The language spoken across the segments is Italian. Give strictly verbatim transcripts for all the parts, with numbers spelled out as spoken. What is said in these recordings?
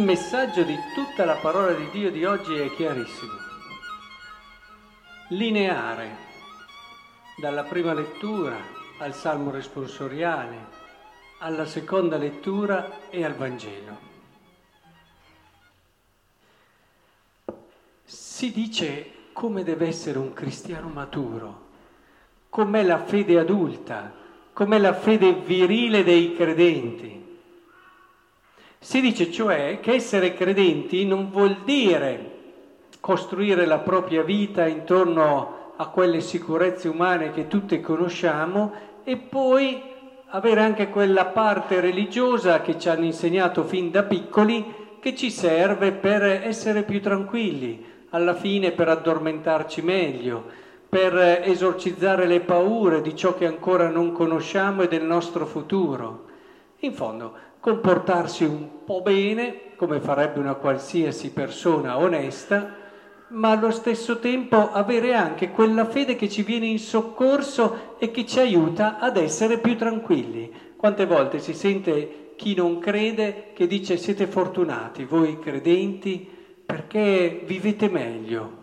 messaggio di tutta la parola di Dio di oggi è chiarissimo, lineare, dalla prima lettura al Salmo responsoriale, alla seconda lettura e al Vangelo. Si dice come deve essere un cristiano maturo, com'è la fede adulta, com'è la fede virile dei credenti. Si dice cioè che essere credenti non vuol dire costruire la propria vita intorno a quelle sicurezze umane che tutte conosciamo e poi avere anche quella parte religiosa che ci hanno insegnato fin da piccoli che ci serve per essere più tranquilli, alla fine per addormentarci meglio, per esorcizzare le paure di ciò che ancora non conosciamo e del nostro futuro. In fondo, comportarsi un po' bene, come farebbe una qualsiasi persona onesta, ma allo stesso tempo avere anche quella fede che ci viene in soccorso e che ci aiuta ad essere più tranquilli. Quante volte si sente chi non crede che dice siete fortunati, voi credenti, perché vivete meglio.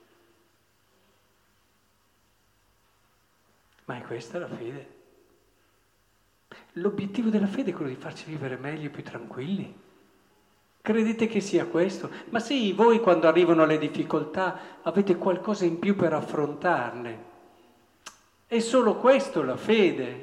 Ma è questa la fede? L'obiettivo della fede è quello di farci vivere meglio e più tranquilli. Credete che sia questo? Ma sì, voi quando arrivano le difficoltà avete qualcosa in più per affrontarle. È solo questo la fede.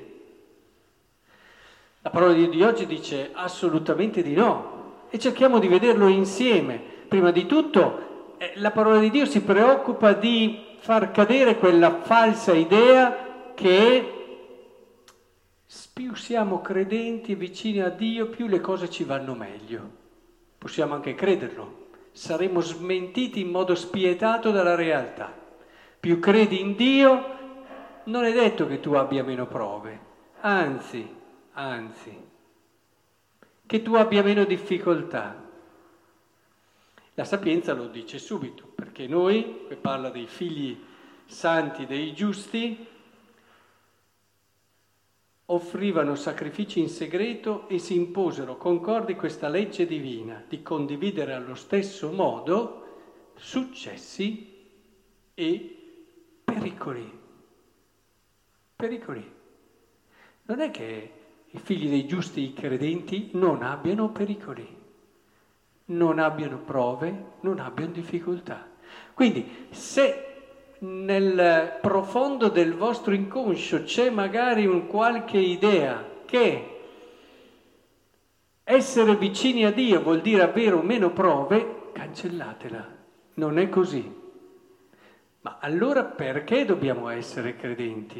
La parola di oggi dice assolutamente di no e cerchiamo di vederlo insieme. Prima di tutto, eh, la parola di Dio si preoccupa di far cadere quella falsa idea che più siamo credenti e vicini a Dio, più le cose ci vanno meglio. Possiamo anche crederlo. Saremo smentiti in modo spietato dalla realtà. Più credi in Dio, non è detto che tu abbia meno prove. Anzi, anzi, che tu abbia meno difficoltà. La Sapienza lo dice subito, perché noi, qui parla dei figli santi dei giusti, offrivano sacrifici in segreto e si imposero concordi questa legge divina di condividere allo stesso modo successi e pericoli. Pericoli. Non è che i figli dei giusti, i credenti, non abbiano pericoli, non abbiano prove, non abbiano difficoltà. Quindi se nel profondo del vostro inconscio c'è magari un qualche idea che essere vicini a Dio vuol dire avere o meno prove, cancellatela. Non è così. Ma allora perché dobbiamo essere credenti?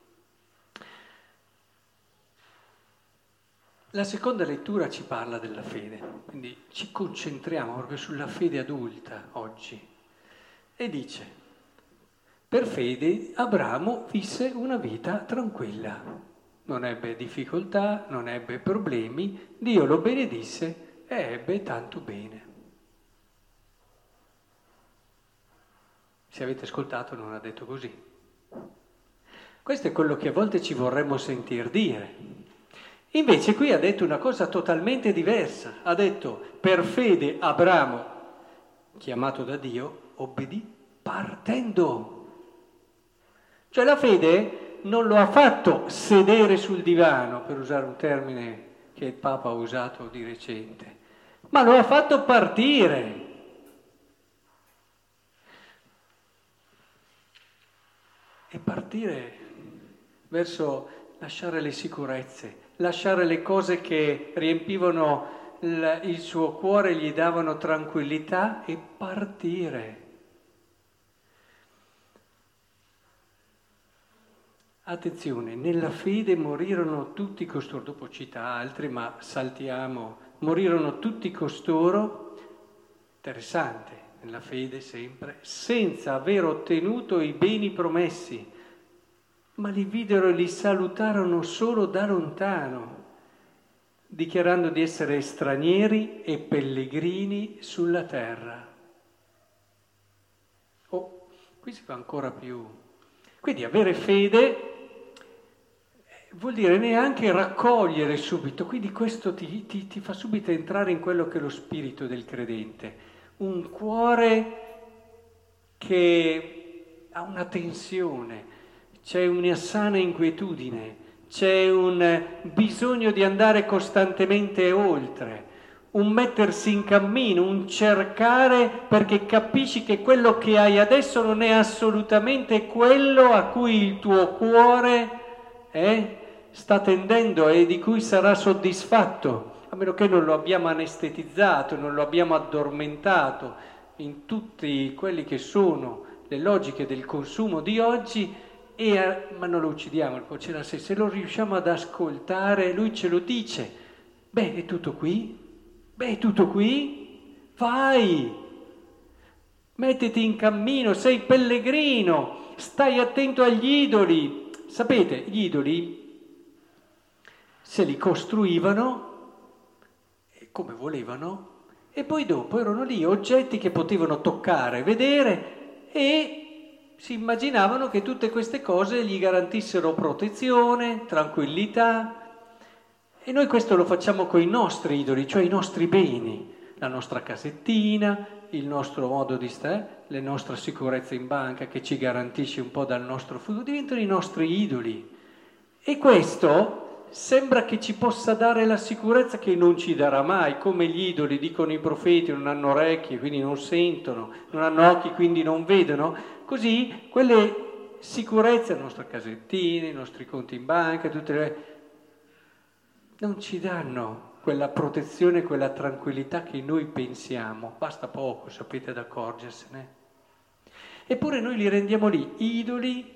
La seconda lettura ci parla della fede, quindi ci concentriamo proprio sulla fede adulta oggi. E dice: per fede Abramo visse una vita tranquilla, non ebbe difficoltà, non ebbe problemi, Dio lo benedisse e ebbe tanto bene. Se avete ascoltato non ha detto così. Questo è quello che a volte ci vorremmo sentir dire. Invece qui ha detto una cosa totalmente diversa. Ha detto: per fede Abramo, chiamato da Dio, obbedì partendo. Cioè la fede non lo ha fatto sedere sul divano, per usare un termine che il Papa ha usato di recente, ma lo ha fatto partire. E partire verso lasciare le sicurezze, lasciare le cose che riempivano il, il suo cuore, gli davano tranquillità e partire. Attenzione, nella fede morirono tutti costoro, dopo cita altri, ma saltiamo, morirono tutti costoro, interessante, nella fede sempre, senza aver ottenuto i beni promessi, ma li videro e li salutarono solo da lontano, dichiarando di essere stranieri e pellegrini sulla terra. Oh, qui si fa ancora più. Quindi avere fede vuol dire neanche raccogliere subito, quindi questo ti, ti, ti fa subito entrare in quello che è lo spirito del credente, un cuore che ha una tensione, c'è una sana inquietudine, c'è un bisogno di andare costantemente oltre, un mettersi in cammino, un cercare, perché capisci che quello che hai adesso non è assolutamente quello a cui il tuo cuore eh, sta tendendo e di cui sarà soddisfatto, a meno che non lo abbiamo anestetizzato, non lo abbiamo addormentato in tutti quelli che sono le logiche del consumo di oggi, e a, ma non lo uccidiamo, il cuore, se, se lo riusciamo ad ascoltare, lui ce lo dice, beh, è tutto qui, beh, è tutto qui, vai, mettiti in cammino, sei pellegrino, stai attento agli idoli. Sapete, gli idoli se li costruivano come volevano e poi dopo erano lì oggetti che potevano toccare, vedere, e si immaginavano che tutte queste cose gli garantissero protezione, tranquillità. E noi questo lo facciamo con i nostri idoli, cioè i nostri beni, la nostra casettina, il nostro modo di stare, la nostra sicurezza in banca che ci garantisce un po' dal nostro futuro, diventano i nostri idoli. E questo sembra che ci possa dare la sicurezza che non ci darà mai, come gli idoli, dicono i profeti, non hanno orecchie, quindi non sentono, non hanno occhi, quindi non vedono. Così quelle sicurezze, la nostra casettina, i nostri conti in banca, tutte le... non ci danno quella protezione, quella tranquillità che noi pensiamo. Basta poco, sapete, ad accorgersene. Eppure noi li rendiamo lì idoli.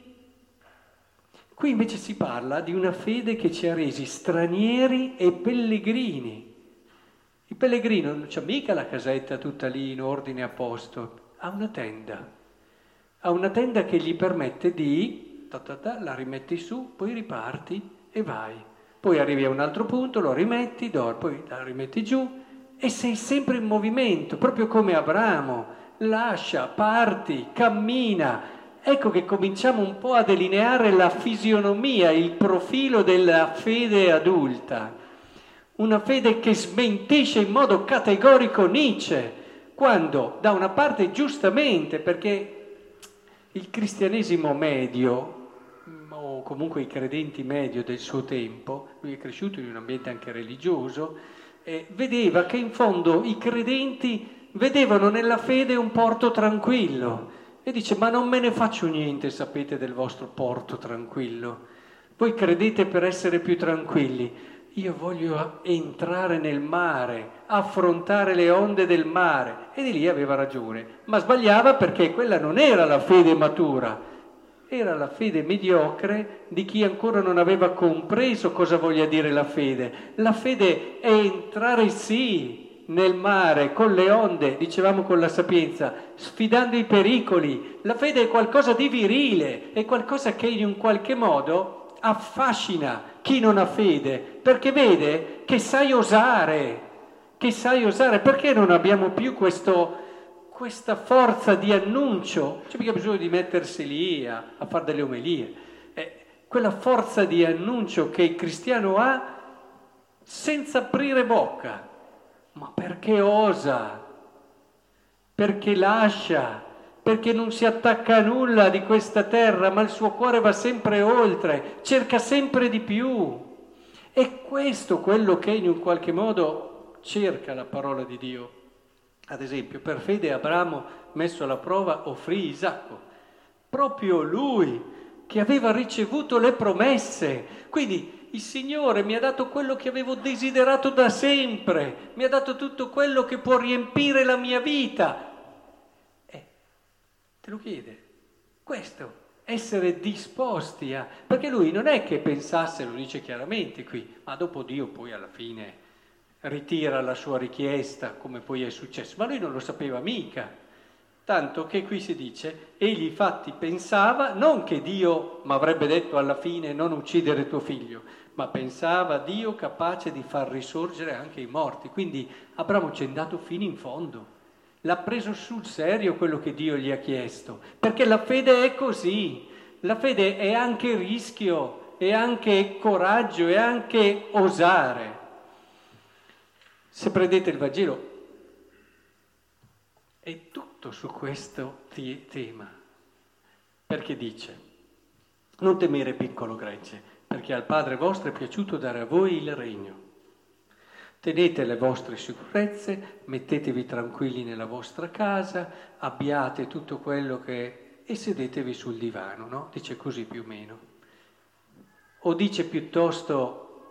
Qui invece si parla di una fede che ci ha resi stranieri e pellegrini. Il pellegrino non c'ha mica la casetta tutta lì in ordine a posto, ha una tenda. Ha una tenda che gli permette di, ta ta ta, la rimetti su, poi riparti e vai. Poi arrivi a un altro punto, lo rimetti, poi la rimetti giù e sei sempre in movimento, proprio come Abramo. Lascia, parti, cammina. Ecco che cominciamo un po' a delineare la fisionomia, il profilo della fede adulta. Una fede che smentisce in modo categorico Nietzsche, quando da una parte giustamente, perché il cristianesimo medio, o comunque i credenti medio del suo tempo, lui è cresciuto in un ambiente anche religioso, eh, vedeva che in fondo i credenti vedevano nella fede un porto tranquillo e dice: ma non me ne faccio niente, sapete, del vostro porto tranquillo, voi credete per essere più tranquilli, io voglio entrare nel mare, affrontare le onde del mare. E di lì aveva ragione, ma sbagliava, perché quella non era la fede matura, era la fede mediocre di chi ancora non aveva compreso cosa voglia dire la fede. La fede è entrare sì nel mare, con le onde, dicevamo con la Sapienza, sfidando i pericoli. La fede è qualcosa di virile, è qualcosa che in un qualche modo affascina chi non ha fede, perché vede che sai osare, che sai osare. Perché non abbiamo più questo... questa forza di annuncio? C'è mica bisogno di mettersi lì a, a fare delle omelie. Eh, quella forza di annuncio che il cristiano ha senza aprire bocca, ma perché osa, perché lascia, perché non si attacca a nulla di questa terra, ma il suo cuore va sempre oltre, cerca sempre di più. È questo quello che in un qualche modo cerca la parola di Dio. Ad esempio, per fede Abramo, messo alla prova, offrì Isacco, proprio lui che aveva ricevuto le promesse. Quindi il Signore mi ha dato quello che avevo desiderato da sempre, mi ha dato tutto quello che può riempire la mia vita. Eh, te lo chiede. Questo, essere disposti a... Perché lui non è che pensasse, lo dice chiaramente qui, ma dopo Dio poi alla fine ritira la sua richiesta, come poi è successo, ma lui non lo sapeva mica, tanto che qui si dice: egli infatti pensava non che Dio mi avrebbe detto alla fine non uccidere tuo figlio, ma pensava Dio capace di far risorgere anche i morti. Quindi Abramo ci è andato fino in fondo, l'ha preso sul serio quello che Dio gli ha chiesto, perché la fede è così, la fede è anche rischio, e anche coraggio e anche osare. Se prendete il Vangelo, è tutto su questo t- tema, perché dice: non temere, piccolo gregge, perché al Padre vostro è piaciuto dare a voi il regno. Tenete le vostre sicurezze, mettetevi tranquilli nella vostra casa, abbiate tutto quello che... e sedetevi sul divano, no? Dice così più o meno. O dice piuttosto: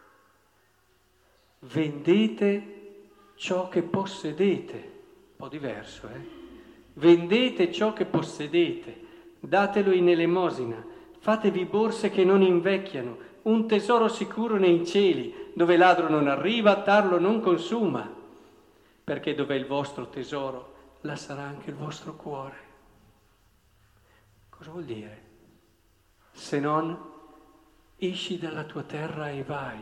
vendete ciò che possedete. Un po' diverso, eh? Vendete ciò che possedete, datelo in elemosina, fatevi borse che non invecchiano, un tesoro sicuro nei cieli, dove ladro non arriva, tarlo non consuma, perché dove è il vostro tesoro, là sarà anche il vostro cuore. Cosa vuol dire? Se non esci dalla tua terra e vai,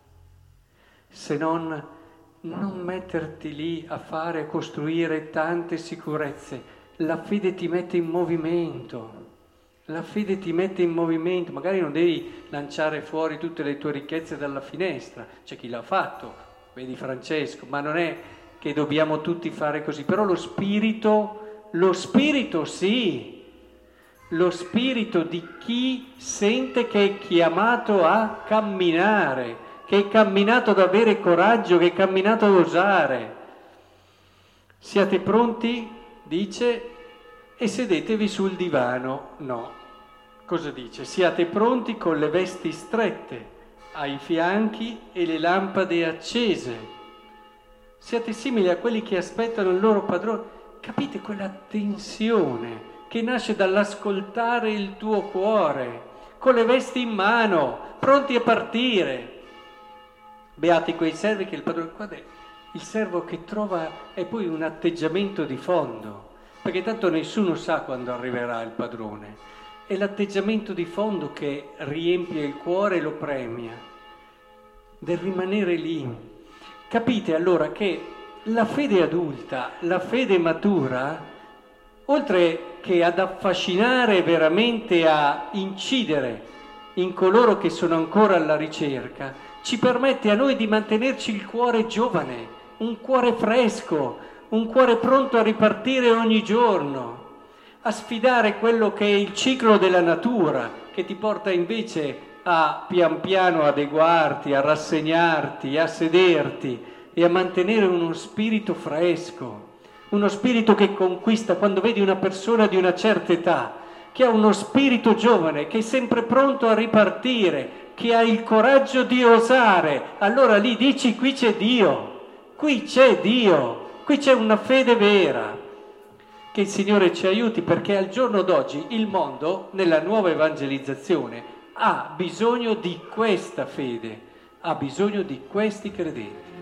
se non non metterti lì a fare, a costruire tante sicurezze. La fede ti mette in movimento, la fede ti mette in movimento, magari non devi lanciare fuori tutte le tue ricchezze dalla finestra, c'è chi l'ha fatto, vedi Francesco, ma non è che dobbiamo tutti fare così, però lo spirito, lo spirito sì, lo spirito di chi sente che è chiamato a camminare, che è camminato ad avere coraggio, che è camminato ad osare. Siate pronti, dice, e sedetevi sul divano. No. Cosa dice? Siate pronti con le vesti strette, ai fianchi e le lampade accese. Siate simili a quelli che aspettano il loro padrone. Capite quella tensione che nasce dall'ascoltare il tuo cuore, con le vesti in mano, pronti a partire. Beati quei servi che il padrone... Guarda, il servo che trova è poi un atteggiamento di fondo, perché tanto nessuno sa quando arriverà il padrone. È l'atteggiamento di fondo che riempie il cuore e lo premia, del rimanere lì. Capite allora che la fede adulta, la fede matura, oltre che ad affascinare veramente, a incidere in coloro che sono ancora alla ricerca, ci permette a noi di mantenerci il cuore giovane, un cuore fresco, un cuore pronto a ripartire ogni giorno, a sfidare quello che è il ciclo della natura, che ti porta invece a pian piano adeguarti, a rassegnarti, a sederti e a mantenere uno spirito fresco, uno spirito che conquista. Quando vedi una persona di una certa età, che ha uno spirito giovane, che è sempre pronto a ripartire, che ha il coraggio di osare, allora lì dici: qui c'è Dio, qui c'è Dio, qui c'è una fede vera. Che il Signore ci aiuti, perché al giorno d'oggi il mondo, nella nuova evangelizzazione, ha bisogno di questa fede, ha bisogno di questi credenti.